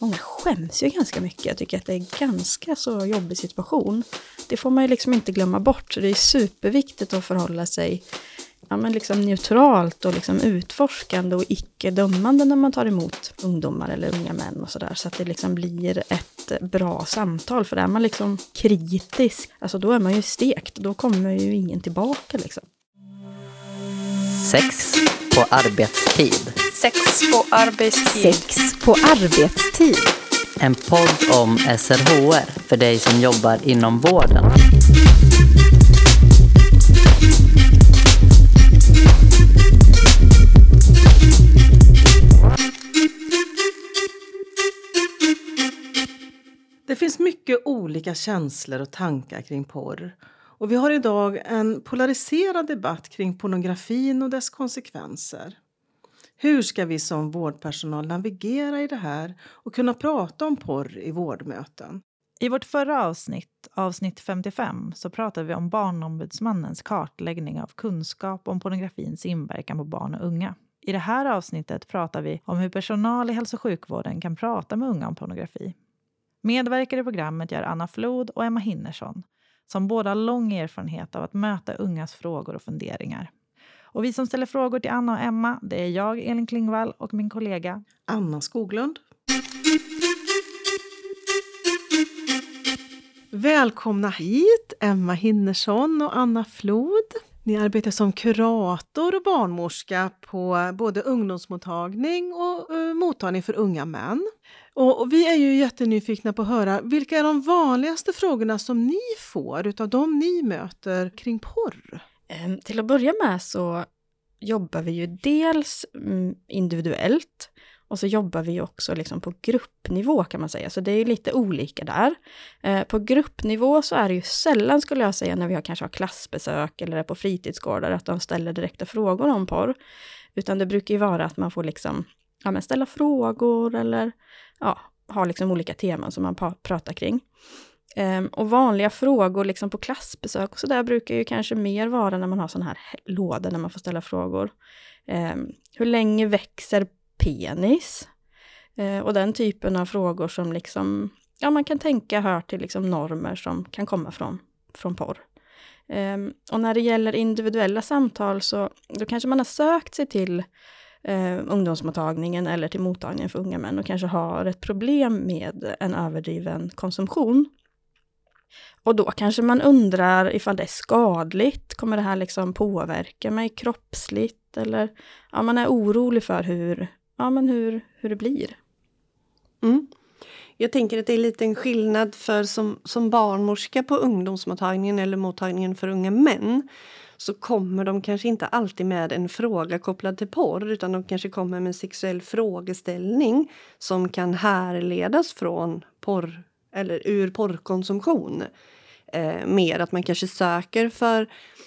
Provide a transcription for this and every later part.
många skäms ju ganska mycket. Jag tycker att det är ganska så jobbig situation. Det får man ju liksom inte glömma bort. Så det är superviktigt att förhålla sig liksom neutralt och liksom utforskande och icke-dömande när man tar emot ungdomar eller unga män och sådär. Så att det liksom blir ett bra samtal. För är man liksom kritisk, alltså då är man ju stekt. Då kommer ju ingen tillbaka liksom. Sex på arbetstid. Sex på arbetstid. Sex på arbetstid. En podd om SRHR för dig som jobbar inom vården. Det finns mycket olika känslor och tankar kring porr. Och vi har idag en polariserad debatt kring pornografin och dess konsekvenser. Hur ska vi som vårdpersonal navigera i det här och kunna prata om porr i vårdmöten? I vårt förra avsnitt 55, så pratade vi om Barnombudsmannens kartläggning av kunskap om pornografins inverkan på barn och unga. I det här avsnittet pratar vi om hur personal i hälso- och sjukvården kan prata med unga om pornografi. Medverkare i programmet gör Anna Flod och Emma Hinnersson, som båda har lång erfarenhet av att möta ungas frågor och funderingar. Och vi som ställer frågor till Anna och Emma, det är jag, Elin Klingvall, och min kollega Anna Skoglund. Välkomna hit, Emma Hinnersson och Anna Flod. Ni arbetar som kurator och barnmorska på både ungdomsmottagning och mottagning för unga män. Och vi är ju jättenyfikna på att höra, vilka är de vanligaste frågorna som ni får utav de ni möter kring porr? Till att börja med så jobbar vi ju dels individuellt och så jobbar vi också liksom på gruppnivå kan man säga. Så det är ju lite olika där. På gruppnivå så är det ju sällan skulle jag säga när vi kanske har klassbesök eller är på fritidsgårdar att de ställer direkta frågor om porr. Utan det brukar ju vara att man får liksom ställa frågor eller ha liksom olika teman som man pratar kring. Och vanliga frågor liksom på klassbesök och så där brukar ju kanske mer vara när man har sån här lådor när man får ställa frågor. Hur länge växer penis? Och den typen av frågor som liksom, man kan tänka hör till liksom normer som kan komma från porr. Och när det gäller individuella samtal så då kanske man har sökt sig till ungdomsmottagningen eller till mottagningen för unga män och kanske har ett problem med en överdriven konsumtion. Och då kanske man undrar ifall det är skadligt. Kommer det här liksom påverka mig kroppsligt? Eller man är orolig för hur det blir. Mm. Jag tänker att det är lite en skillnad för som barnmorska på ungdomsmottagningen eller mottagningen för unga män. Så kommer de kanske inte alltid med en fråga kopplad till porr. Utan de kanske kommer med en sexuell frågeställning som kan härledas från porr eller ur porrkonsumtion. Mer att man kanske söker för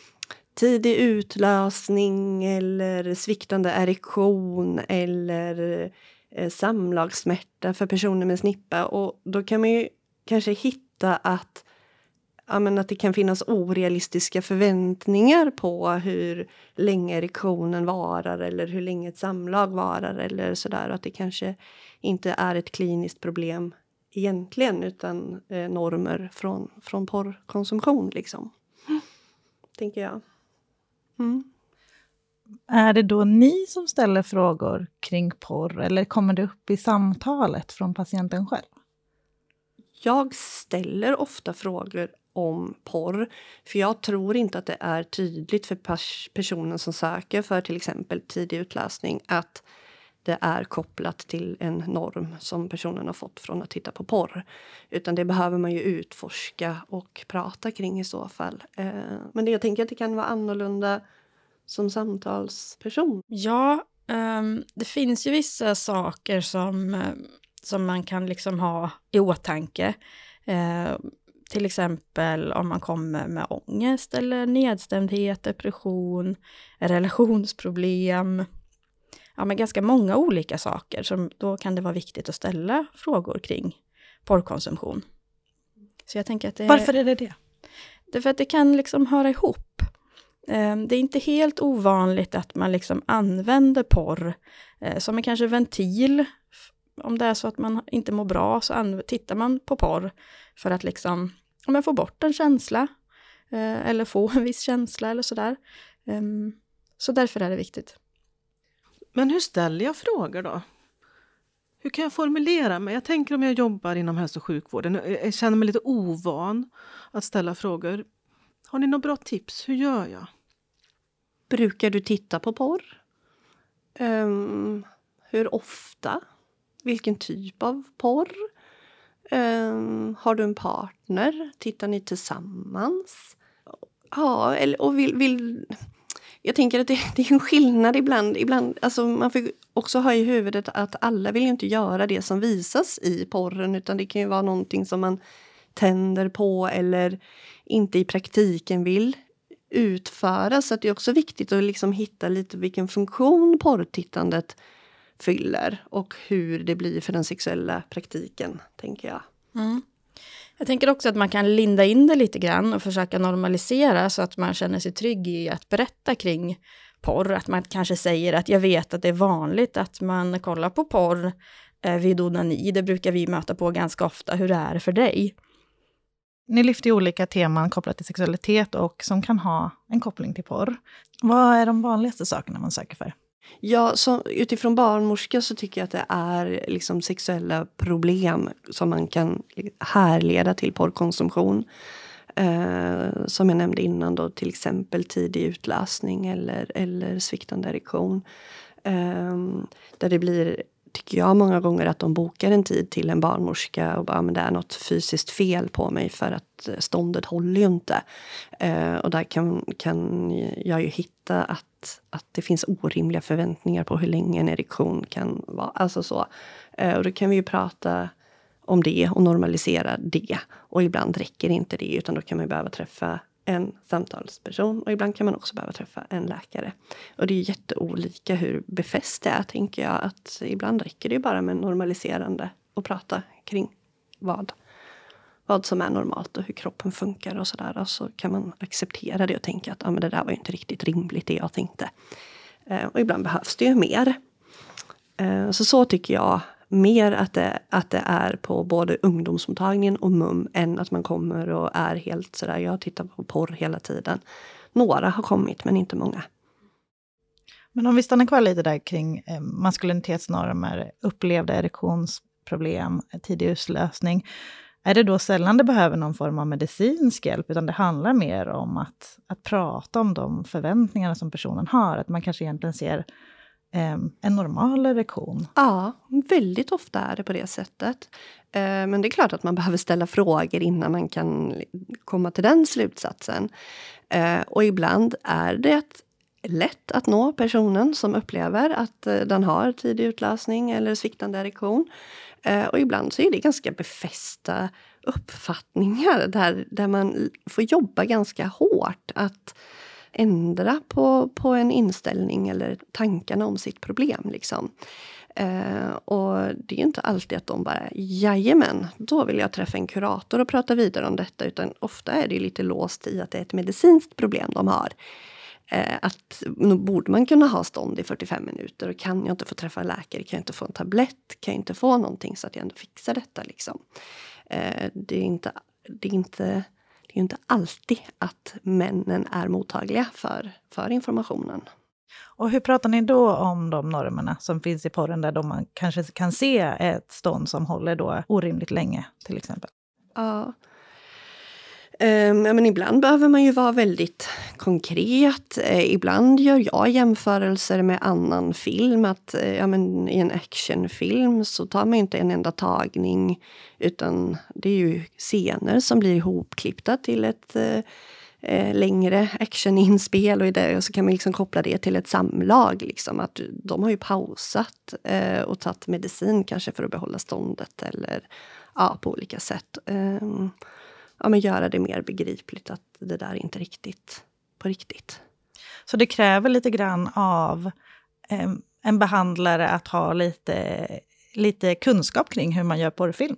tidig utlösning eller sviktande erektion eller samlagssmärta för personer med snippa. Och då kan man ju kanske hitta att det kan finnas orealistiska förväntningar på hur länge erektionen varar eller hur länge ett samlag varar eller sådär. Att det kanske inte är ett kliniskt problem egentligen utan normer från porrkonsumtion liksom. Tänker jag. Mm. Är det då ni som ställer frågor kring porr eller kommer det upp i samtalet från patienten själv? Jag ställer ofta frågor om porr. För jag tror inte att det är tydligt för personen som söker för till exempel tidig utlösning att det är kopplat till en norm som personen har fått från att titta på porr. Utan det behöver man ju utforska och prata kring i så fall. Men jag tänker att det kan vara annorlunda som samtalsperson. Ja, det finns ju vissa saker som man kan liksom ha i åtanke. Till exempel om man kommer med ångest eller nedstämdhet, depression, relationsproblem. Men ganska många olika saker som då kan det vara viktigt att ställa frågor kring porrkonsumtion. Så jag tänker att Varför är det? Det är för att det kan liksom höra ihop. Det är inte helt ovanligt att man liksom använder porr som en kanske ventil om det är så att man inte mår bra så tittar man på porr för att liksom få bort en känsla eller få en viss känsla eller sådär. Så därför är det viktigt. Men hur ställer jag frågor då? Hur kan jag formulera mig? Jag tänker om jag jobbar inom hälso- och sjukvården. Jag känner mig lite ovan att ställa frågor. Har ni några bra tips? Hur gör jag? Brukar du titta på porr? Hur ofta? Vilken typ av porr? Har du en partner? Tittar ni tillsammans? Ja, och vill jag tänker att det är en skillnad ibland. Alltså man får också ha i huvudet att alla vill ju inte göra det som visas i porren, utan det kan ju vara någonting som man tänder på eller inte i praktiken vill utföra. Så att det är också viktigt att liksom hitta lite vilken funktion porrtittandet fyller och hur det blir för den sexuella praktiken, tänker jag. Jag tänker också att man kan linda in det lite grann och försöka normalisera så att man känner sig trygg i att berätta kring porr. Att man kanske säger att jag vet att det är vanligt att man kollar på porr vid onani. Det brukar vi möta på ganska ofta. Hur är det för dig? Ni lyfter ju olika teman kopplat till sexualitet och som kan ha en koppling till porr. Vad är de vanligaste sakerna man söker för? Ja, så utifrån barnmorska så tycker jag att det är liksom sexuella problem som man kan härleda till porrkonsumtion. Som jag nämnde innan då, till exempel tidig utlösning eller sviktande erektion. Där det blir, tycker jag många gånger, att de bokar en tid till en barnmorska och bara, men det är något fysiskt fel på mig för att ståndet håller ju inte. Och där kan jag ju hitta att det finns orimliga förväntningar på hur länge en erektion kan vara. Alltså så. Och då kan vi ju prata om det och normalisera det. Och ibland räcker inte det, utan då kan man behöva träffa en samtalsperson. Och ibland kan man också behöva träffa en läkare. Och det är jätteolika hur befäst det är, tänker jag. Att ibland räcker det bara med normaliserande och prata kring vad som är normalt och hur kroppen funkar och sådär. Och så kan man acceptera det och tänka att men det där var ju inte riktigt rimligt det jag tänkte. Och ibland behövs det ju mer. Så tycker jag mer att det är på både ungdomsmottagningen och MUM än att man kommer och är helt sådär, jag tittar på porr hela tiden. Några har kommit men inte många. Men om vi stannar kvar lite där kring maskulinitetsnormer, upplevda erektionsproblem, tidig utlösning. Är det då sällan det behöver någon form av medicinsk hjälp, utan det handlar mer om att prata om de förväntningarna som personen har, att man kanske egentligen ser en normal erektion? Ja, väldigt ofta är det på det sättet. Men det är klart att man behöver ställa frågor innan man kan komma till den slutsatsen. Och ibland är det lätt att nå personen som upplever att den har tidig utlösning eller sviktande erektion. Och ibland så är det ganska befästa uppfattningar där man får jobba ganska hårt att ändra på en inställning eller tankarna om sitt problem liksom. Och det är inte alltid att de bara, jajamän, då vill jag träffa en kurator och prata vidare om detta, utan ofta är det lite låst i att det är ett medicinskt problem de har. Att nu borde man kunna ha stånd i 45 minuter och kan jag inte få träffa läkare, kan jag inte få en tablett, kan jag inte få någonting så att jag ändå fixar detta liksom. Det är inte alltid att männen är mottagliga för informationen. Och hur pratar ni då om de normerna som finns i porren där man kanske kan se ett stånd som håller då orimligt länge till exempel? Ja. Men ibland behöver man ju vara väldigt konkret. Ibland gör jag jämförelser med annan film. Att i en actionfilm så tar man inte en enda tagning, utan det är ju scener som blir ihopklippta till ett längre actioninspel, och så kan man liksom koppla det till ett samlag. Liksom, att de har ju pausat och tagit medicin kanske för att behålla ståndet eller på olika sätt. Men göra det mer begripligt att det där är inte riktigt på riktigt. Så det kräver lite grann av en behandlare att ha lite kunskap kring hur man gör porrfilm?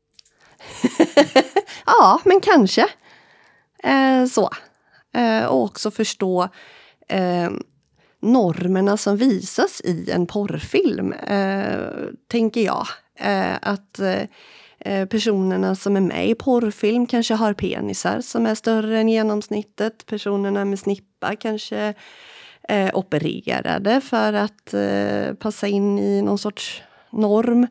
Ja, men kanske. Och också förstå normerna som visas i en porrfilm, tänker jag. Att personerna som är med i porrfilm kanske har penisar som är större än genomsnittet. Personerna med snippa kanske opererade för att passa in i någon sorts norm.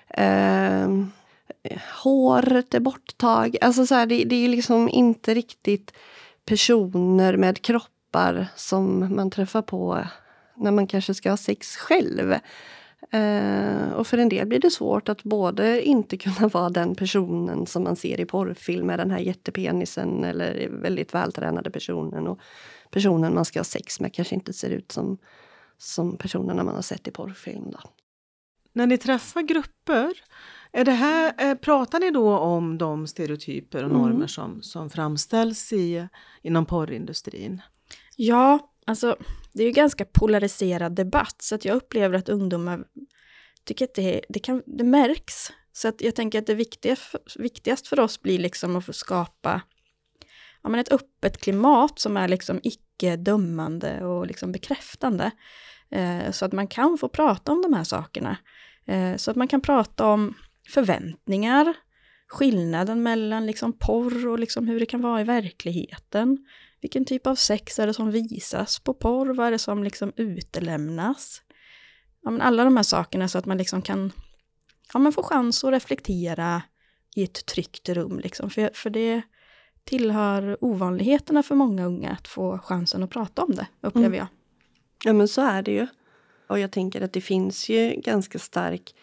Håret är borttag. Alltså så här, det är liksom inte riktigt personer med kroppar som man träffar på när man kanske ska ha sex själv. Och för en del blir det svårt att både inte kunna vara den personen som man ser i porrfilm med den här jättepenisen eller väldigt vältränade personen, och personen man ska ha sex med kanske inte ser ut som personerna man har sett i porrfilm då. När ni träffar grupper, pratar ni då om de stereotyper och normer som framställs inom porrindustrin? Ja, alltså det är ju ganska polariserad debatt, så att jag upplever att ungdomar tycker att det märks. Så att jag tänker att det viktigast för oss blir liksom att få skapa ett öppet klimat som är liksom icke-dömande och liksom bekräftande. Så att man kan få prata om de här sakerna. Så att man kan prata om förväntningar, skillnaden mellan liksom porr och liksom hur det kan vara i verkligheten. Vilken typ av sex är det som visas på porr? Vad är det som liksom utelämnas? Alla de här sakerna, så att man liksom kan få chans att reflektera i ett tryggt rum. Liksom. För det tillhör ovanligheterna för många unga att få chansen att prata om det, upplever jag. Ja, men så är det ju. Och jag tänker att det finns ju ganska stark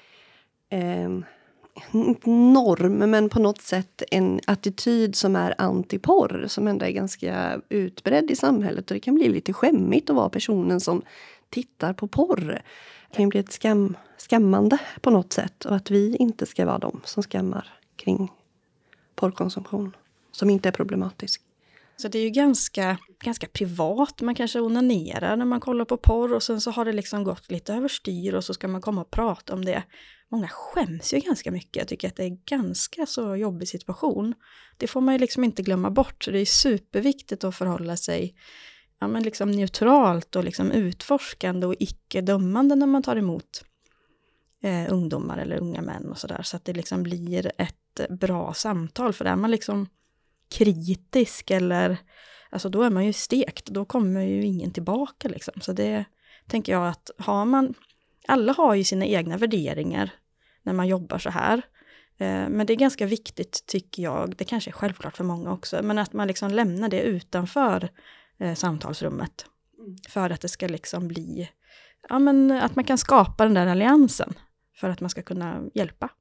norm, men på något sätt en attityd som är antiporr, som ändå är ganska utbredd i samhället. Och det kan bli lite skämmigt att vara personen som tittar på porr. Det kan bli ett skammande på något sätt, och att vi inte ska vara de som skammar kring porrkonsumtion som inte är problematisk. Så det är ju ganska privat. Man kanske onanerar när man kollar på porr, och sen så har det liksom gått lite överstyr och så ska man komma och prata om det. Många skäms ju ganska mycket. Jag tycker att det är ganska så jobbig situation. Det får man ju liksom inte glömma bort. Så det är superviktigt att förhålla sig liksom neutralt och liksom utforskande och icke-dömande när man tar emot ungdomar eller unga män och sådär. Så att det liksom blir ett bra samtal. För är man liksom kritisk eller då är man ju stekt. Då kommer ju ingen tillbaka liksom. Så det tänker jag att alla har ju sina egna värderingar när man jobbar så här. Men det är ganska viktigt, tycker jag. Det kanske är självklart för många också. Men att man liksom lämnar det utanför samtalsrummet. För att det ska liksom bli att man kan skapa den där alliansen. För att man ska kunna hjälpa.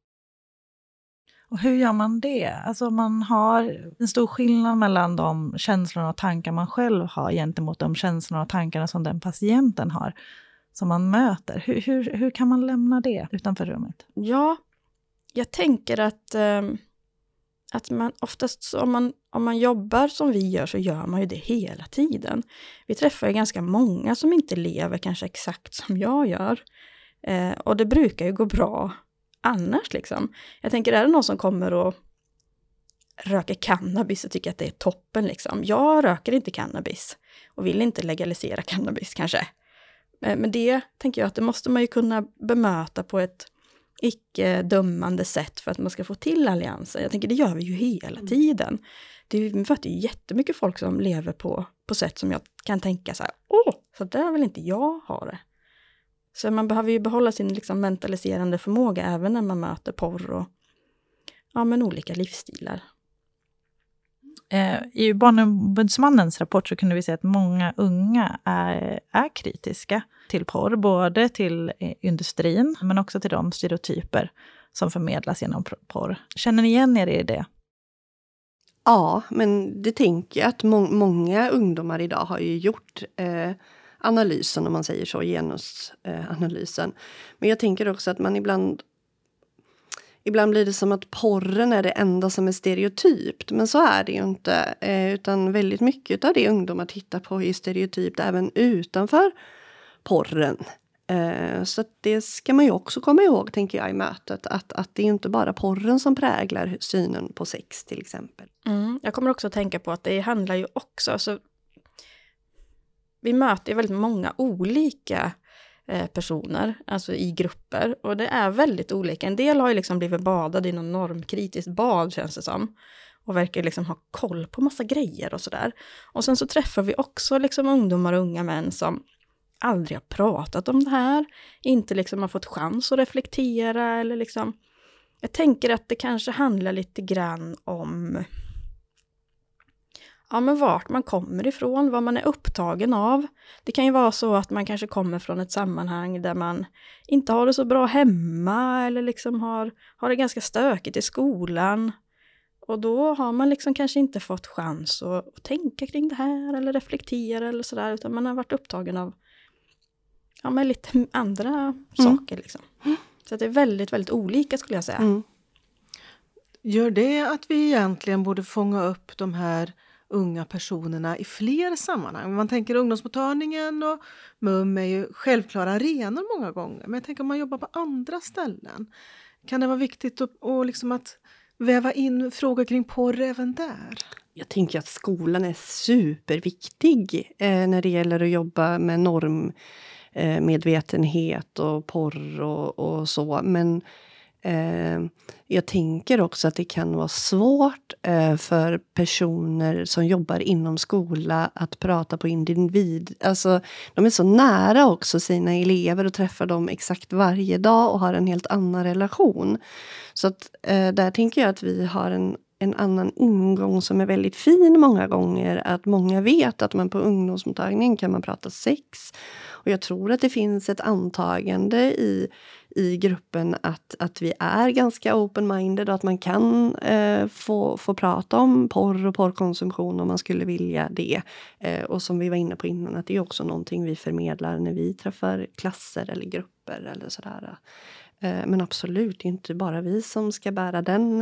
Och hur gör man det? Alltså man har en stor skillnad mellan de känslorna och tankar man själv har gentemot de känslorna och tankarna som den patienten har, som man möter. Hur kan man lämna det utanför rummet? Ja, jag tänker att man oftast, om man jobbar som vi gör, så gör man ju det hela tiden. Vi träffar ju ganska många som inte lever kanske exakt som jag gör. Och det brukar ju gå bra annars liksom. Jag tänker, är det någon som kommer och röker cannabis och tycker att det är toppen liksom. Jag röker inte cannabis och vill inte legalisera cannabis kanske. Men det tänker jag att det måste man ju kunna bemöta på ett icke-dömande sätt för att man ska få till alliansen. Jag tänker, det gör vi ju hela tiden. Det är ju jättemycket folk som lever på sätt som jag kan tänka så här, så där vill inte jag ha det. Så man behöver ju behålla sin liksom mentaliserande förmåga även när man möter porr och olika livsstilar. I Barnombudsmannens rapport så kunde vi se att många unga är kritiska till porr, både till industrin men också till de stereotyper som förmedlas genom porr. Känner ni igen er i det? Ja, men det tänker jag att många ungdomar idag har ju gjort analysen, om man säger så, genusanalysen. Men jag tänker också att man ibland blir det som att porren är det enda som är stereotypt. Men så är det ju inte. Utan väldigt mycket av det ungdomar tittar på är stereotypt även utanför porren. Så att det ska man ju också komma ihåg, tänker jag, i mötet. Att det är inte bara porren som präglar synen på sex till exempel. Jag kommer också att tänka på att det handlar ju också... vi möter väldigt många olika personer, alltså i grupper, och det är väldigt olika. En del har ju liksom blivit badade i någon normkritiskt bad, känns det som, och verkar liksom ha koll på massa grejer och sådär. Och sen så träffar vi också liksom ungdomar och unga män som aldrig har pratat om det här, inte liksom har fått chans att reflektera, eller liksom, jag tänker att det kanske handlar lite grann om men vart man kommer ifrån, vad man är upptagen av. Det kan ju vara så att man kanske kommer från ett sammanhang där man inte har det så bra hemma, eller liksom har det ganska stökigt i skolan. Och då har man liksom kanske inte fått chans att tänka kring det här eller reflektera eller sådär, utan man har varit upptagen av lite andra saker liksom. Så att det är väldigt, väldigt olika, skulle jag säga. Gör det att vi egentligen borde fånga upp de här unga personerna i fler sammanhang? Man tänker ungdomsmottagningen och MUM är ju självklara arenor många gånger. Men jag tänker om man jobbar på andra ställen. Kan det vara viktigt att väva in frågor kring porr även där? Jag tänker att skolan är superviktig när det gäller att jobba med normmedvetenhet och porr och så. Men jag tänker också att det kan vara svårt för personer som jobbar inom skola att prata på individ. Alltså, de är så nära också sina elever och träffar dem exakt varje dag och har en helt annan relation. Så att där tänker jag att vi har en annan ingång som är väldigt fin många gånger. Att många vet att man på ungdomsmottagningen kan man prata sex. Och jag tror att det finns ett antagande i gruppen att vi är ganska open-minded och att man kan få prata om porr och porrkonsumtion om man skulle vilja det. Och som vi var inne på innan, att det är också någonting vi förmedlar när vi träffar klasser eller grupper eller sådär. Men absolut, det är inte bara vi som ska bära den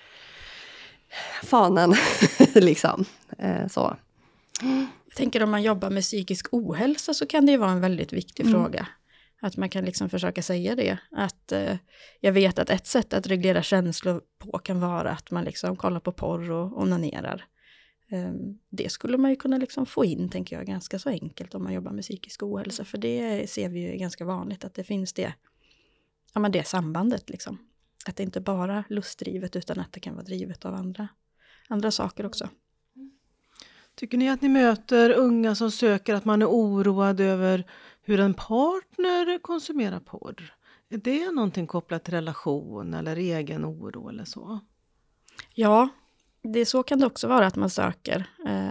fanan liksom. Så. Jag tänker om man jobbar med psykisk ohälsa så kan det ju vara en väldigt viktig fråga. Att man kan liksom försöka säga det. Att jag vet att ett sätt att reglera känslor på kan vara att man liksom kollar på porr och onanerar. Det skulle man ju kunna liksom få in, tänker jag, ganska så enkelt om man jobbar med psykisk ohälsa. För det ser vi ju ganska vanligt att det finns det sambandet liksom. Att det inte bara är lustdrivet utan att det kan vara drivet av andra saker också. Tycker ni att ni möter unga som söker att man är oroad över hur en partner konsumerar porr? Är det någonting kopplat till relation eller egen oro eller så? Ja, så kan det också vara att man söker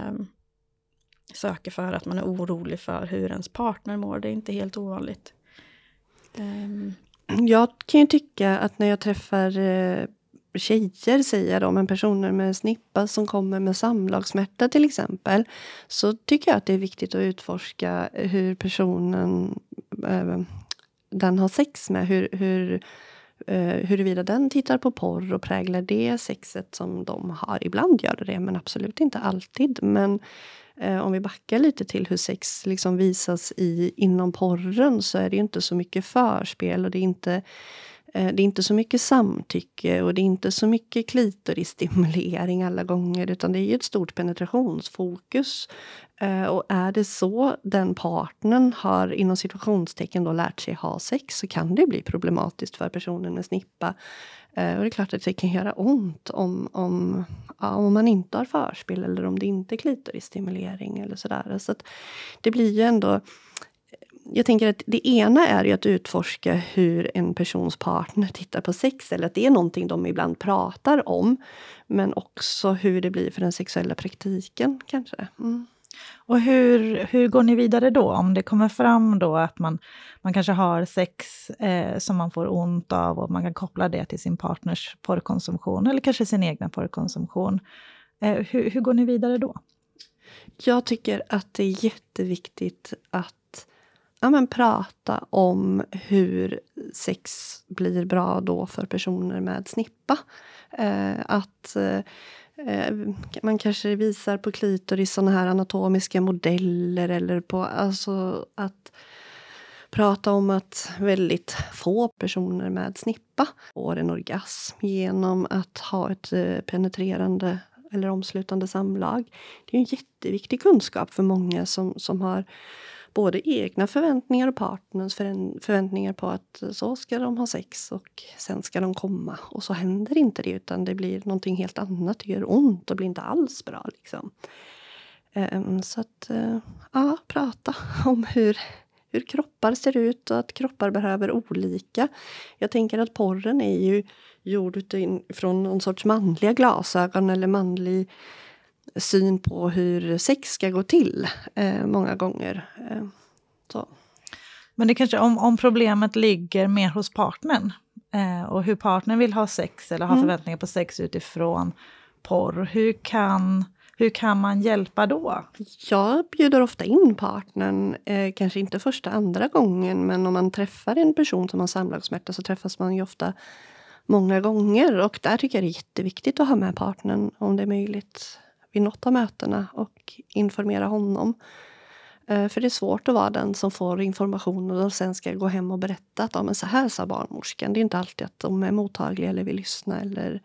för att man är orolig för hur ens partner mår. Det är inte helt ovanligt. Jag kan ju tycka att när jag träffar tjejer, säger de, men personer med snippa som kommer med samlagssmärta till exempel, så tycker jag att det är viktigt att utforska hur personen den har sex med, huruvida den tittar på porr och präglar det sexet som de har. Ibland gör det, men absolut inte alltid. Men om vi backar lite till hur sex liksom visas inom porren, så är det ju inte så mycket förspel och det är inte så mycket samtycke och det är inte så mycket klitorisstimulering alla gånger, utan det är ju ett stort penetrationsfokus. Och är det så den partnern har inom situationstecken då lärt sig ha sex, så kan det bli problematiskt för personen med snippa. Och det är klart att det kan göra ont om man inte har förspel eller om det inte är klitorisstimulering eller sådär. Så att det blir ju ändå... Jag tänker att det ena är ju att utforska hur en persons partner tittar på sex, eller att det är någonting de ibland pratar om, men också hur det blir för den sexuella praktiken kanske. Och hur går ni vidare då? Om det kommer fram då att man kanske har sex som man får ont av och man kan koppla det till sin partners porrkonsumtion eller kanske sin egna porrkonsumtion. Hur går ni vidare då? Jag tycker att det är jätteviktigt att prata om hur sex blir bra då för personer med snippa. Att man kanske visar på klitoris sådana här anatomiska modeller, eller på, alltså att prata om att väldigt få personer med snippa får en orgasm genom att ha ett penetrerande eller omslutande samlag. Det är en jätteviktig kunskap för många som har både egna förväntningar och partners förväntningar på att så ska de ha sex och sen ska de komma. Och så händer inte det, utan det blir någonting helt annat. Det gör ont och blir inte alls bra liksom. Så att prata om hur kroppar ser ut och att kroppar behöver olika. Jag tänker att porren är ju gjord utifrån någon sorts manliga glasögon eller manlig syn på hur sex ska gå till många gånger. Så. Men det kanske om problemet ligger mer hos partnern och hur partnern vill ha sex eller har förväntningar på sex utifrån porr. Hur kan man hjälpa då? Jag bjuder ofta in partnern, kanske inte första, andra gången, men om man träffar en person som har samlagssmärta så träffas man ju ofta många gånger. Och där tycker jag det är jätteviktigt att ha med partnern om det är möjligt vid något av mötena och informera honom. För det är svårt att vara den som får information och sen ska gå hem och berätta att men så här sa barnmorskan. Det är inte alltid att de är mottagliga eller vill lyssna eller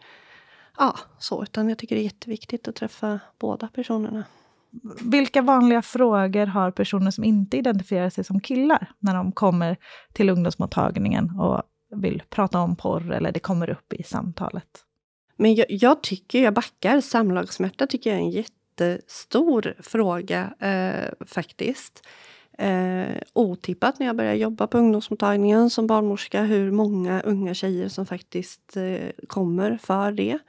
så, utan jag tycker det är jätteviktigt att träffa båda personerna. Vilka vanliga frågor har personer som inte identifierar sig som killar när de kommer till ungdomsmottagningen och vill prata om porr eller det kommer upp i samtalet? Men jag backar. Samlagssmärta tycker jag är en jättestor fråga faktiskt. Otippat när jag började jobba på ungdomsmottagningen som barnmorska hur många unga tjejer som faktiskt kommer för det.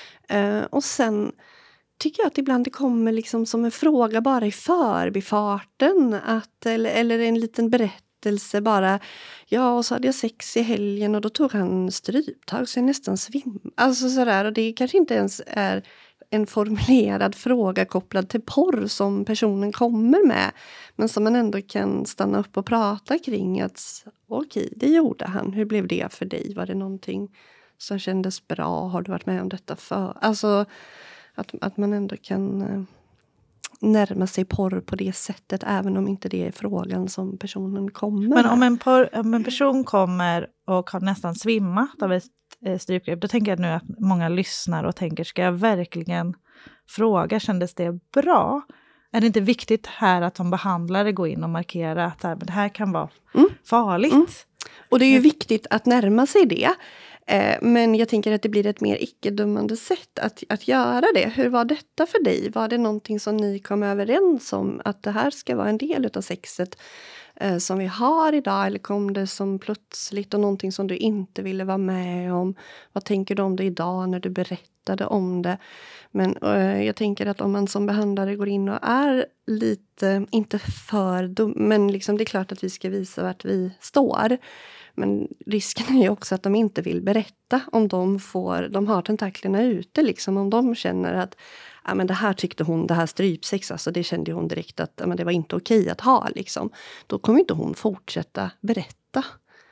Och sen tycker jag att ibland det kommer liksom som en fråga bara i förbifarten eller en liten berättelse bara. Ja, och så hade jag sex i helgen och då tog han stryptag så jag nästan Alltså sådär, och det kanske inte ens är en formulerad fråga kopplad till porr som personen kommer med. Men som man ändå kan stanna upp och prata kring att okej, det gjorde han. Hur blev det för dig? Var det någonting som kändes bra? Har du varit med om detta för? Alltså att man ändå kan närma sig porr på det sättet även om inte det är frågan som personen kommer. Men om en person kommer och har nästan svimmat av ett strypgrepp, då tänker jag nu att många lyssnar och tänker, ska jag verkligen fråga, kändes det bra? Är det inte viktigt här att som behandlare gå in och markera att det här kan vara farligt? Och det är ju viktigt att närma sig det. Men jag tänker att det blir ett mer icke-dömande sätt att göra det. Hur var detta för dig? Var det någonting som ni kom överens om? Att det här ska vara en del av sexet som vi har idag? Eller kom det som plötsligt och någonting som du inte ville vara med om? Vad tänker du om det idag när du berättade om det? Men jag tänker att om man som behandlare går in och är lite, inte för dum, men liksom det är klart att vi ska visa vart vi står. Men risken är ju också att de inte vill berätta om de har tentaklerna ute liksom. Om de känner att men det här tyckte hon, det här strypsex, alltså det kände hon direkt att det var inte okej att ha liksom. Då kommer inte hon fortsätta berätta,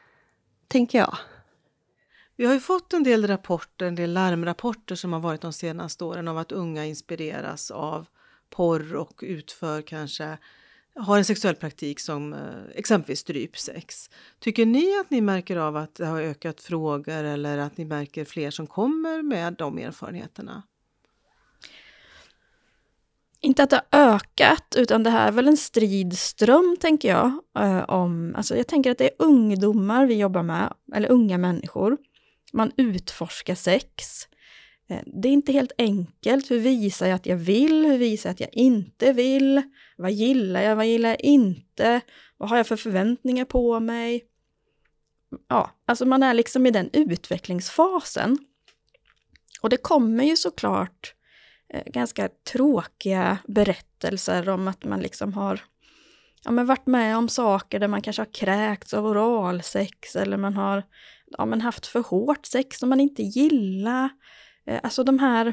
tänker jag. Vi har ju fått en del rapporter, en del larmrapporter som har varit de senaste åren av att unga inspireras av porr och utför kanske har en sexuell praktik som exempelvis strypsex. Tycker ni att ni märker av att det har ökat frågor eller att ni märker fler som kommer med de erfarenheterna? Inte att det har ökat, utan det här är väl en stridström, tänker jag. Jag tänker att det är ungdomar vi jobbar med, eller unga människor. Man utforskar sex. Det är inte helt enkelt. Hur visar jag att jag vill? Hur visar jag att jag inte vill? Vad gillar jag? Vad gillar jag inte? Vad har jag för förväntningar på mig? Ja, alltså man är liksom i den utvecklingsfasen. Och det kommer ju såklart ganska tråkiga berättelser om att man liksom har varit med om saker där man kanske har kräkts av oralsex eller man har haft för hårt sex som man inte gillar. Alltså de här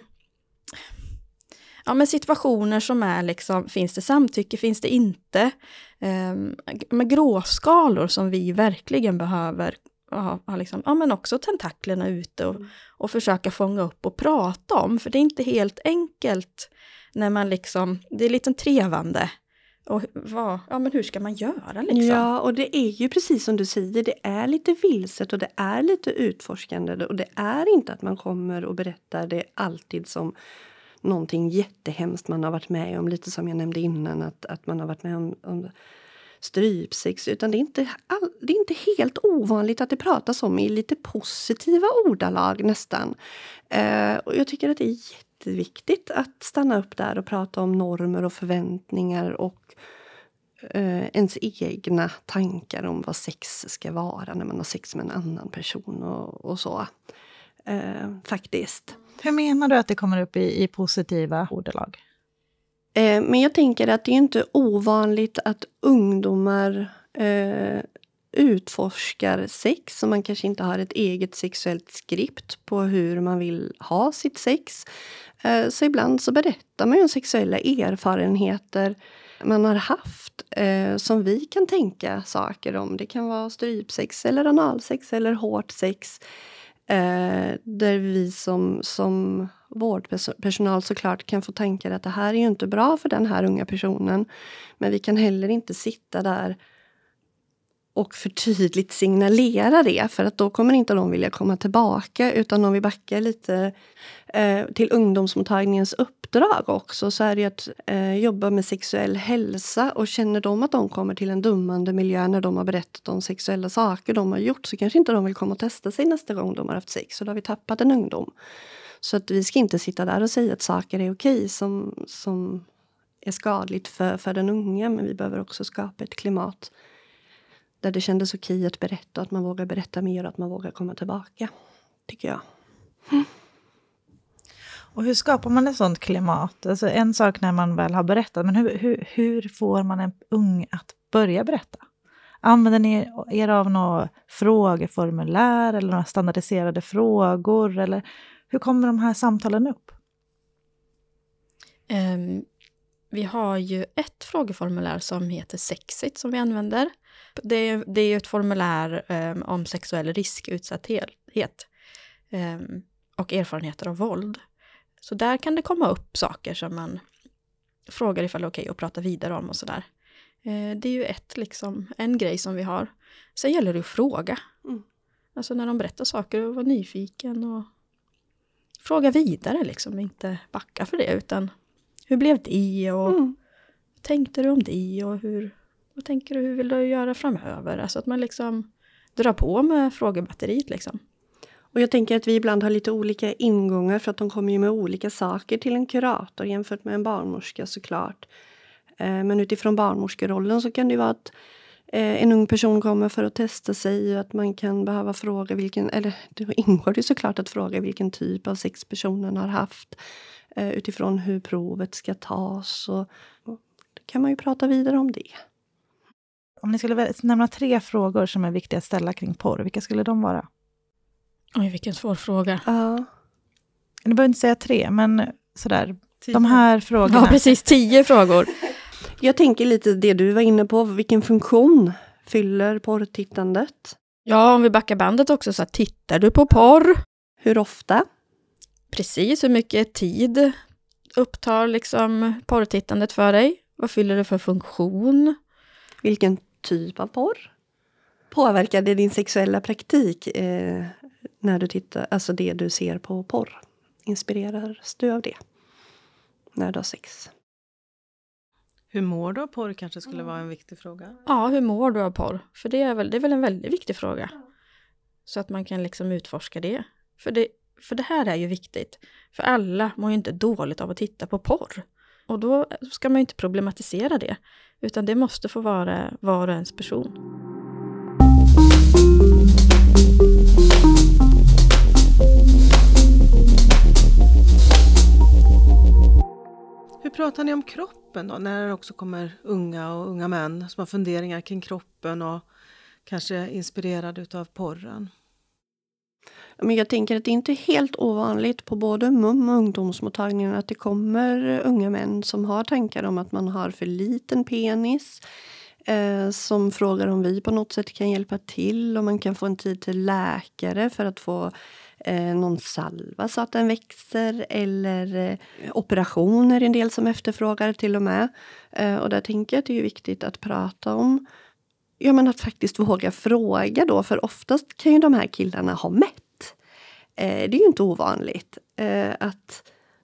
situationer som är liksom, finns det samtycke, finns det inte? Med gråskalor som vi verkligen behöver ha liksom, men också tentaklerna ute och försöka fånga upp och prata om. För det är inte helt enkelt när man liksom, det är lite trevande. Och men hur ska man göra liksom? Ja, och det är ju precis som du säger, det är lite vilset och det är lite utforskande och det är inte att man kommer och berättar det alltid som någonting jättehemskt man har varit med om. Lite som jag nämnde innan, att man har varit med om strypsex. Utan det är inte helt ovanligt att det pratas om i lite positiva ordalag nästan. Och jag tycker att det är jätteviktigt att stanna upp där och prata om normer och förväntningar och ens egna tankar om vad sex ska vara när man har sex med en annan person och så. Faktiskt. Hur menar du att det kommer upp i positiva ordalag? Men jag tänker att det är inte ovanligt att ungdomar utforskar sex och man kanske inte har ett eget sexuellt skript på hur man vill ha sitt sex. Så ibland så berättar man ju om sexuella erfarenheter man har haft som vi kan tänka saker om. Det kan vara strypsex eller analsex eller hårt sex. Där vi som vårdpersonal såklart kan få tankar att det här är ju inte bra för den här unga personen. Men vi kan heller inte sitta där och för tydligt signalera det. För att då kommer inte de vilja komma tillbaka. Utan om vi backar lite till ungdomsmottagningens uppdrag också. Så är det att jobba med sexuell hälsa. Och känner de att de kommer till en dummande miljö när de har berättat om sexuella saker de har gjort. Så kanske inte de vill komma och testa sig nästa gång de har haft sex. Så då har vi tappat en ungdom. Så att vi ska inte sitta där och säga att saker är okej som är skadligt för den unga. Men vi behöver också skapa ett klimat där det kändes okej att berätta. Att man vågar berätta mer och att man vågar komma tillbaka. Tycker jag. Och hur skapar man ett sånt klimat? Alltså en sak när man väl har berättat. Men hur får man en ung att börja berätta? Använder ni er av några frågeformulär eller några standardiserade frågor? Eller hur kommer de här samtalen upp? Vi har ju ett frågeformulär som heter Sexit som vi använder. Det är ju ett formulär om sexuell riskutsatthet och erfarenheter av våld. Så där kan det komma upp saker som man frågar ifall det är okej att prata vidare om och sådär. Det är ju en grej som vi har. Sen gäller det att fråga. Alltså när de berättar saker och vara nyfiken och fråga vidare liksom. Inte backa för det utan hur blev det och tänkte du om det och vad tänker du, hur vill du göra framöver? Alltså att man liksom drar på med frågebatteriet liksom. Och jag tänker att vi ibland har lite olika ingångar för att de kommer ju med olika saker till en kurator jämfört med en barnmorska såklart. Men utifrån barnmorskerollen så kan det vara att en ung person kommer för att testa sig och att man kan behöva fråga då ingår det såklart att fråga vilken typ av sex personen har haft utifrån hur provet ska tas och då kan man ju prata vidare om det. Om ni skulle nämna 3 frågor som är viktiga att ställa kring porr, vilka skulle de vara? Oj, vilken svår fråga. Ja. Ni behöver inte säga 3, men sådär, 10. De här frågorna. Ja, precis, 10 frågor. Jag tänker lite det du var inne på, vilken funktion fyller porrtittandet? Ja, om vi backar bandet också så tittar du på porr? Hur ofta? Precis, hur mycket tid upptar liksom porrtittandet för dig? Vad fyller det för funktion? Vilken typ av porr? Påverkar det din sexuella praktik när du tittar, alltså det du ser på porr? Inspireras du av det när du har sex? Hur mår du av porr kanske skulle vara en viktig fråga? Ja, hur mår du av porr? För det är väl en väldigt viktig fråga. Så att man kan liksom utforska det. För det här är ju viktigt. För alla mår ju inte dåligt av att titta på porr. Och då ska man ju inte problematisera det. Utan det måste få vara var och ens person. Hur pratar ni om kroppen då? När det också kommer unga män som har funderingar kring kroppen och kanske inspirerade utav porren. Men jag tänker att det inte är helt ovanligt på både MUM och ungdomsmottagningen att det kommer unga män som har tankar om att man har för liten penis. Som frågar om vi på något sätt kan hjälpa till och man kan få en tid till läkare för att få någon salva så att den växer eller operationer en del som efterfrågar till och med. Och där tänker jag att det är viktigt att prata om, ja men att faktiskt våga fråga då, för oftast kan ju de här killarna ha mätt. Det är ju inte ovanligt att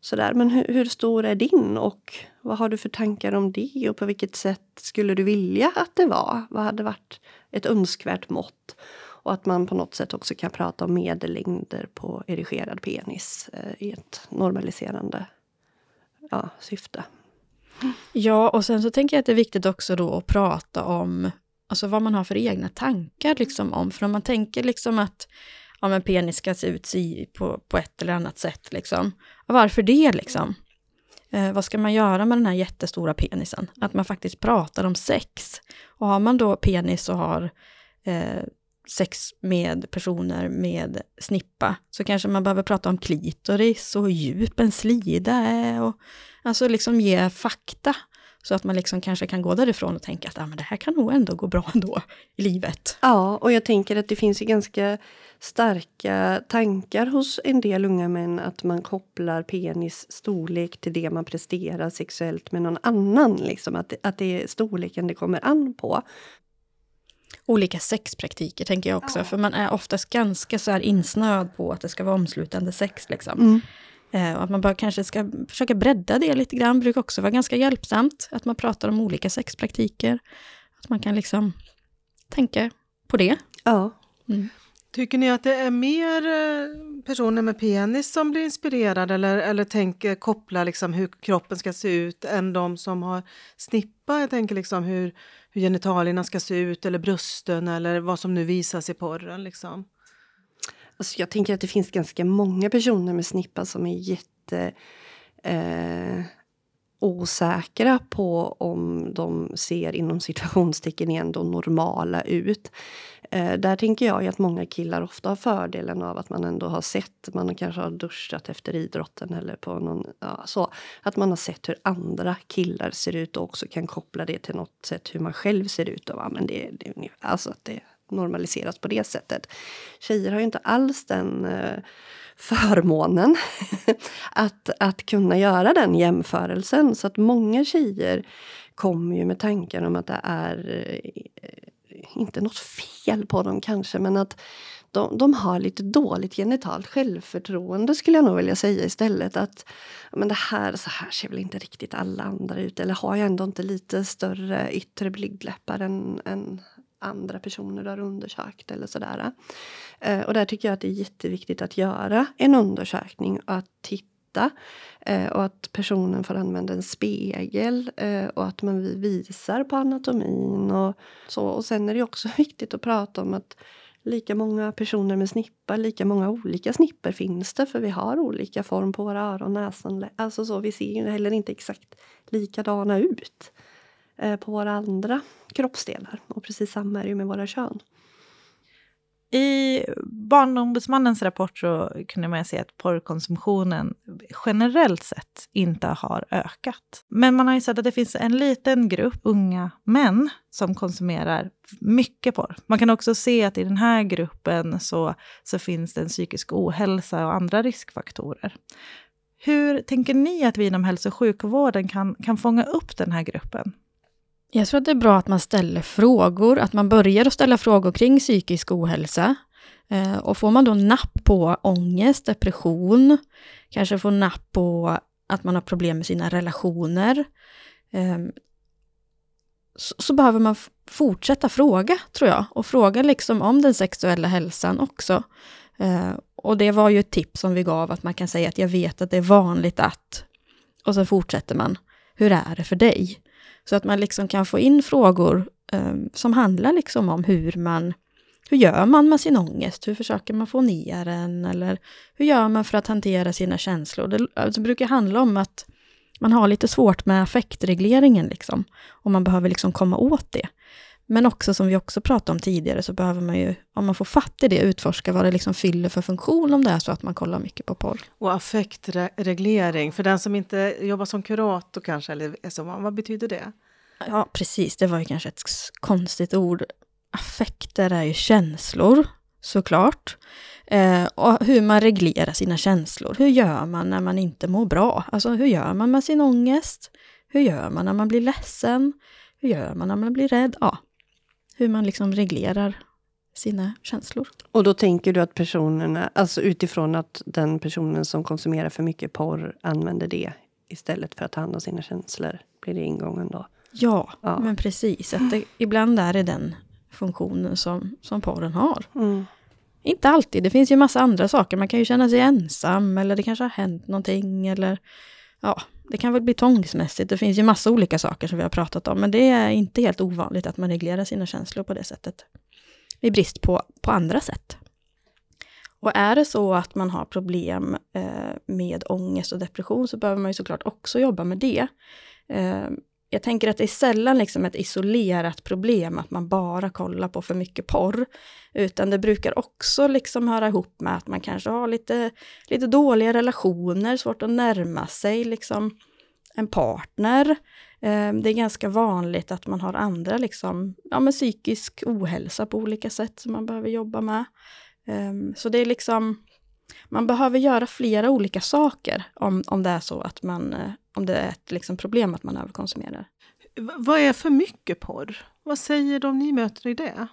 sådär. Men hur stor är din och vad har du för tankar om det och på vilket sätt skulle du vilja att det var? Vad hade varit ett önskvärt mått? Och att man på något sätt också kan prata om medellängder på erigerad penis i ett normaliserande syfte. Ja, och sen så tänker jag att det är viktigt också då att prata om alltså vad man har för egna tankar liksom om. För om man tänker liksom att en penis ska se ut på ett eller annat sätt liksom. Varför det liksom? Vad ska man göra med den här jättestora penisen? Att man faktiskt pratar om sex. Och har man då penis och har sex med personer med snippa så kanske man behöver prata om klitoris och hur djup en slida är och alltså liksom ge fakta så att man liksom kanske kan gå därifrån och tänka att men det här kan nog ändå gå bra ändå i livet. Ja, och jag tänker att det finns ju ganska starka tankar hos en del unga män att man kopplar penis storlek till det man presterar sexuellt med någon annan. Liksom. Att det är storleken det kommer an på. Olika sexpraktiker tänker jag också. För man är oftast ganska så här insnöad på att det ska vara omslutande sex liksom. Och att man bara kanske ska försöka bredda det lite grann. Brukar också vara ganska hjälpsamt. Att man pratar om olika sexpraktiker. Att man kan liksom tänka på det. Ja. Tycker ni att det är mer personer med penis som blir inspirerade eller tänker koppla liksom hur kroppen ska se ut än de som har snippa? Jag tänker liksom hur genitalierna ska se ut eller brösten eller vad som nu visas i porren liksom. Alltså jag tänker att det finns ganska många personer med snippa som är jätte osäkra på om de ser inom situationstecken ändå normala ut. Där tänker jag ju att många killar ofta har fördelen av att man ändå har sett, man kanske har duschat efter idrotten eller på någon, så att man har sett hur andra killar ser ut och också kan koppla det till något sätt hur man själv ser ut och men det alltså att det normaliseras på det sättet. Tjejer har ju inte alls den förmånen att kunna göra den jämförelsen. Så att många tjejer kommer ju med tankar om att det är inte något fel på dem kanske, men att de har lite dåligt genitalt självförtroende skulle jag nog vilja säga istället. Att men så här ser väl inte riktigt alla andra ut, eller har jag ändå inte lite större yttre blygdläppar än andra personer där undersökt eller sådär. Och där tycker jag att det är jätteviktigt att göra en undersökning och att titta och att personen får använda en spegel och att man visar på anatomin och så. Och sen är det också viktigt att prata om att lika många personer med snippar, lika många olika snipper finns det, för vi har olika form på våra öron, näsan, alltså så, vi ser ju heller inte exakt likadana ut på våra andra kroppsdelar. Och precis samma är det ju med våra kön. I Barnombudsmannens rapport så kunde man se att porrkonsumtionen generellt sett inte har ökat. Men man har ju sett att det finns en liten grupp unga män som konsumerar mycket porr. Man kan också se att i den här gruppen så finns det en psykisk ohälsa och andra riskfaktorer. Hur tänker ni att vi inom hälso- och sjukvården kan fånga upp den här gruppen? Jag tror att det är bra att man ställer frågor, att man börjar att ställa frågor kring psykisk ohälsa. Och får man då napp på ångest, depression, kanske får napp på att man har problem med sina relationer, så behöver man fortsätta fråga, tror jag. Och fråga liksom om den sexuella hälsan också. Och det var ju ett tips som vi gav, att man kan säga att jag vet att det är vanligt att, och så fortsätter man, hur är det för dig? Så att man liksom kan få in frågor som handlar liksom om hur gör man med sin ångest? Hur försöker man få ner den? Eller hur gör man för att hantera sina känslor? Det brukar handla om att man har lite svårt med affektregleringen liksom. Och man behöver liksom komma åt det. Men också som vi också pratade om tidigare så behöver man ju, om man får fatt i det, utforska vad det liksom fyller för funktion om det är så att man kollar mycket på porr. Och affektreglering, för den som inte jobbar som kurator kanske, eller så, vad betyder det? Ja, precis. Det var ju kanske ett konstigt ord. Affekter är ju känslor, såklart. Och hur man reglerar sina känslor. Hur gör man när man inte mår bra? Alltså hur gör man med sin ångest? Hur gör man när man blir ledsen? Hur gör man när man blir rädd? Ja, hur man liksom reglerar sina känslor. Och då tänker du att personerna, alltså utifrån att den personen som konsumerar för mycket porr använder det istället för att ta hand om sina känslor, blir det ingången då? Ja. Men precis. Att ibland är det den funktionen som porren har. Inte alltid, det finns ju massa andra saker. Man kan ju känna sig ensam, eller det kanske har hänt någonting, eller det kan väl bli tvångsmässigt. Det finns ju massa olika saker som vi har pratat om, men det är inte helt ovanligt att man reglerar sina känslor på det sättet. I brist på andra sätt. Och är det så att man har problem med ångest och depression, så behöver man ju såklart också jobba med det. Jag tänker att det är sällan liksom ett isolerat problem att man bara kollar på för mycket porr. Utan det brukar också liksom höra ihop med att man kanske har lite dåliga relationer, svårt att närma sig liksom en partner. Det är ganska vanligt att man har andra liksom, psykisk ohälsa på olika sätt som man behöver jobba med. Så det är liksom, man behöver göra flera olika saker om det är så att om det är ett liksom problem att man överkonsumerar. Vad är för mycket porr? Vad säger de ni möter i det?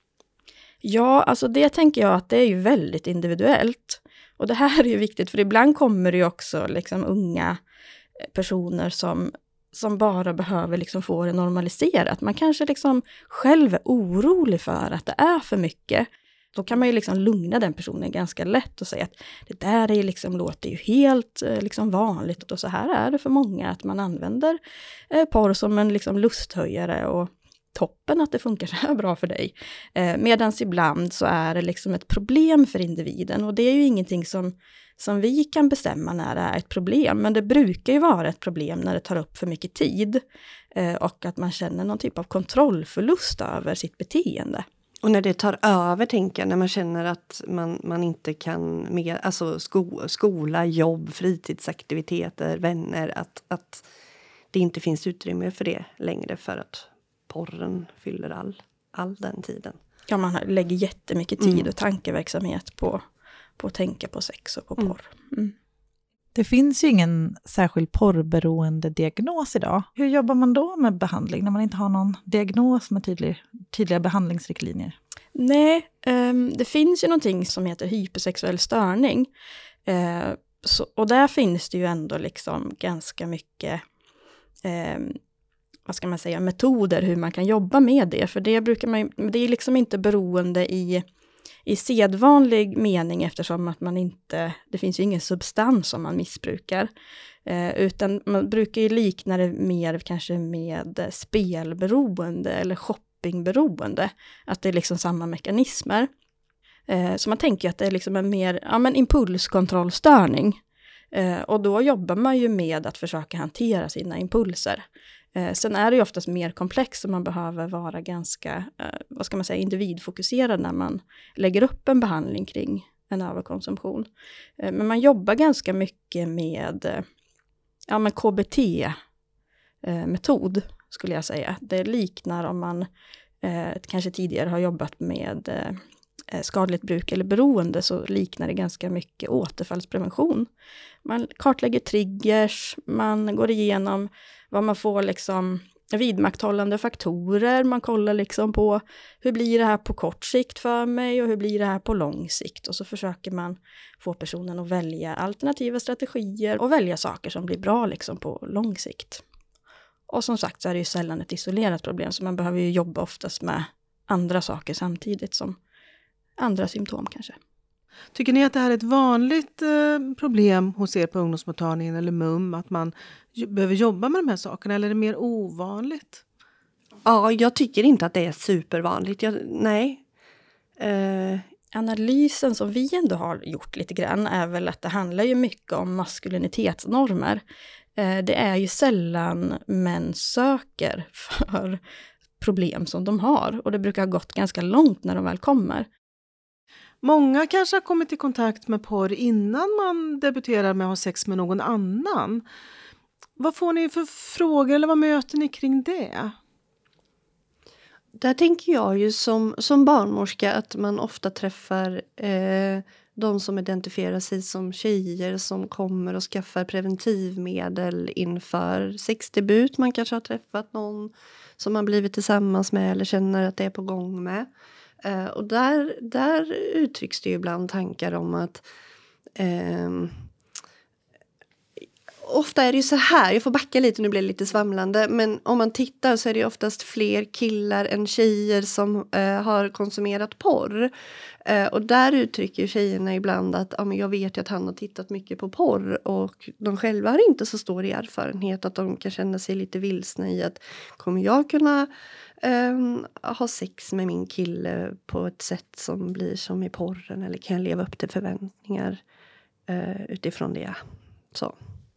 Ja, alltså det tänker jag att det är ju väldigt individuellt. Och det här är ju viktigt, för ibland kommer det ju också liksom unga personer som bara behöver liksom få det normaliserat. Man kanske liksom själv är orolig för att det är för mycket. Då kan man ju liksom lugna den personen ganska lätt och säga att det där är liksom, låter ju helt liksom vanligt. Och så här är det för många, att man använder porr som en liksom lusthöjare, och toppen att det funkar så här bra för dig. Medan ibland så är det liksom ett problem för individen, och det är ju ingenting som vi kan bestämma när det är ett problem. Men det brukar ju vara ett problem när det tar upp för mycket tid och att man känner någon typ av kontrollförlust över sitt beteende. Och när det tar över, tänker jag, när man känner att man inte kan mer, alltså skola, jobb, fritidsaktiviteter, vänner, att det inte finns utrymme för det längre för att porren fyller all den tiden. Ja, man lägger jättemycket tid och tankeverksamhet på att tänka på sex och på porr. Det finns ju ingen särskild porrberoende diagnos idag. Hur jobbar man då med behandling när man inte har någon diagnos med tydliga behandlingsriktlinjer? Nej, det finns ju någonting som heter hypersexuell störning. Och där finns det ju ändå liksom ganska mycket metoder hur man kan jobba med det. För det det är liksom inte beroende i sedvanlig mening, eftersom att det finns ju ingen substans som man missbrukar. Utan man brukar ju likna det mer kanske med spelberoende eller shoppingberoende. Att det är liksom samma mekanismer. Så man tänker att det är liksom en mer impulskontrollstörning. Och då jobbar man ju med att försöka hantera sina impulser. Sen är det ju oftast mer komplext, och man behöver vara ganska individfokuserad när man lägger upp en behandling kring en överkonsumtion. Men man jobbar ganska mycket med KBT-metod, skulle jag säga. Det liknar om man kanske tidigare har jobbat med skadligt bruk eller beroende, så liknar det ganska mycket återfallsprevention. Man kartlägger triggers, man går igenom vad man får liksom vidmakthållande faktorer, man kollar liksom på hur blir det här på kort sikt för mig och hur blir det här på lång sikt, och så försöker man få personen att välja alternativa strategier och välja saker som blir bra liksom på lång sikt. Och som sagt så är det ju sällan ett isolerat problem, så man behöver ju jobba oftast med andra saker samtidigt, som andra symptom kanske. Tycker ni att det här är ett vanligt problem hos er på ungdomsmottagningen eller MUM, att man behöver jobba med de här sakerna, eller är det mer ovanligt? Ja, jag tycker inte att det är supervanligt. Nej. Analysen som vi ändå har gjort lite grann är väl att det handlar ju mycket om maskulinitetsnormer. Det är ju sällan män söker för problem som de har, och det brukar ha gått ganska långt när de väl kommer. Många kanske har kommit i kontakt med porr innan man debuterar med att ha sex med någon annan. Vad får ni för frågor, eller vad möter ni kring det? Där tänker jag ju som barnmorska att man ofta träffar de som identifierar sig som tjejer som kommer och skaffar preventivmedel inför sexdebut. Man kanske har träffat någon som man blivit tillsammans med eller känner att det är på gång med. Och där uttrycks det ju ibland tankar om att ofta är det ju så här, jag får backa lite, nu blir det lite svamlande, men om man tittar så är det oftast fler killar än tjejer som har konsumerat porr. Och där uttrycker tjejerna ibland att men jag vet ju att han har tittat mycket på porr, och de själva har inte så stor erfarenhet, att de kan känna sig lite vilsna i att kommer jag kunna ha sex med min kille på ett sätt som blir som i porren, eller kan jag leva upp till förväntningar utifrån det. Så.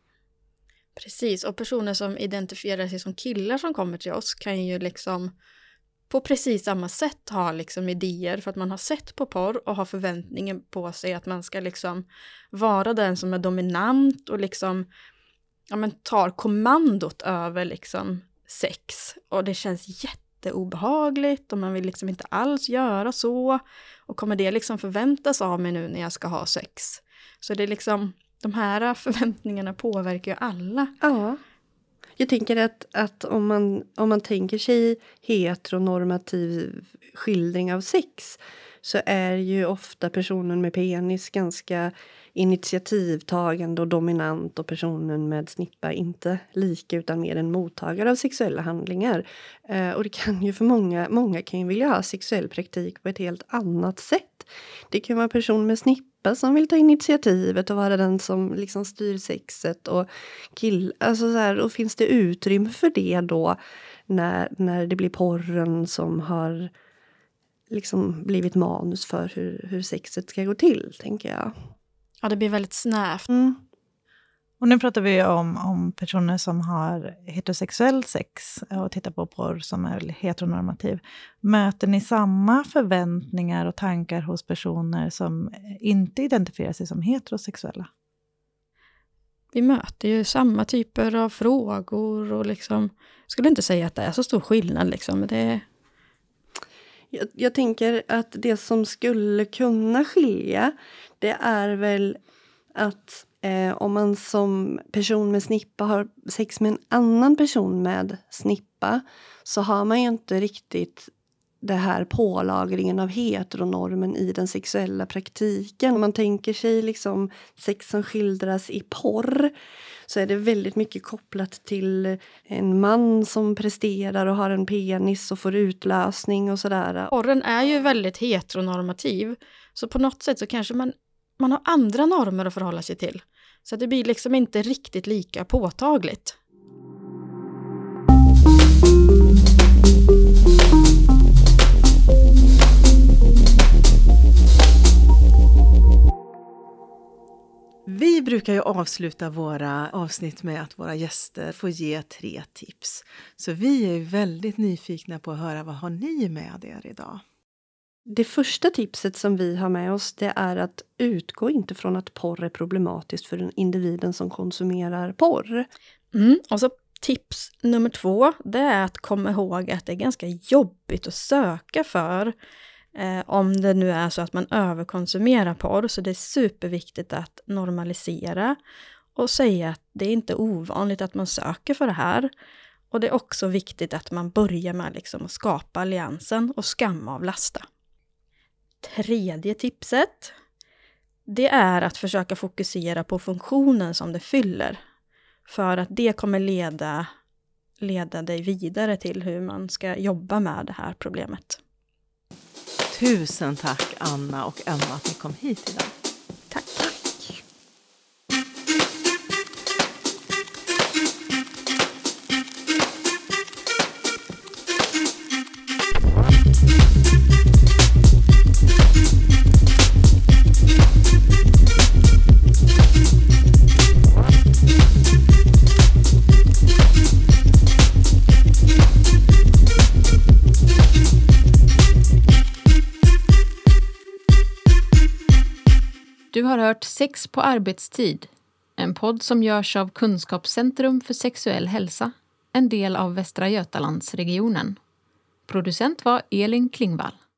Precis, och personer som identifierar sig som killar som kommer till oss kan ju liksom på precis samma sätt ha liksom idéer för att man har sett på porr och har förväntningen på sig att man ska liksom vara den som är dominant och liksom tar kommandot över liksom sex, och det känns jätteobehagligt och man vill liksom inte alls göra så, och kommer det liksom förväntas av mig nu när jag ska ha sex. Så det är liksom, de här förväntningarna påverkar ju alla. Ja. Jag tänker att om man tänker sig heteronormativ skildring av sex, så är ju ofta personen med penis ganska initiativtagande och dominant, och personen med snippa inte lika, utan mer en mottagare av sexuella handlingar. Och det kan ju för många kan ju vilja ha sexuell praktik på ett helt annat sätt. Det kan vara en person med snippa som vill ta initiativet och vara den som liksom styr sexet, och alltså så här, och finns det utrymme för det då när det blir porren som har liksom blivit manus för hur sexet ska gå till, tänker jag. Ja, det blir väldigt snävt. Mm. Och nu pratar vi om personer som har heterosexuell sex och tittar på porr som är heteronormativ. Möter ni samma förväntningar och tankar hos personer som inte identifierar sig som heterosexuella? Vi möter ju samma typer av frågor och liksom, jag skulle inte säga att det är så stor skillnad liksom. Jag tänker att det som skulle kunna skilja, det är väl att om man som person med snippa har sex med en annan person med snippa, så har man ju inte riktigt det här pålagringen av heteronormen i den sexuella praktiken. Om man tänker sig liksom sex som skildras i porr, så är det väldigt mycket kopplat till en man som presterar och har en penis och får utlösning och sådär. Porren är ju väldigt heteronormativ, så på något sätt så kanske man har andra normer att förhålla sig till. Så det blir liksom inte riktigt lika påtagligt. Vi brukar ju avsluta våra avsnitt med att våra gäster får ge 3 tips. Så vi är väldigt nyfikna på att höra, vad har ni med er idag? Det första tipset som vi har med oss, det är att utgå inte från att porr är problematiskt för den individen som konsumerar porr. Och så tips nummer 2, det är att komma ihåg att det är ganska jobbigt att söka för om det nu är så att man överkonsumerar porr. Så det är superviktigt att normalisera och säga att det är inte ovanligt att man söker för det här. Och det är också viktigt att man börjar med liksom att skapa alliansen och skamavlasta. 3:e tipset, det är att försöka fokusera på funktionen som det fyller. För att det kommer leda dig vidare till hur man ska jobba med det här problemet. Tusen tack Anna och Emma att ni kom hit idag. Tack. Du har hört Sex på arbetstid, en podd som görs av Kunskapscentrum för sexuell hälsa, en del av Västra Götalandsregionen. Producent var Elin Klingvall.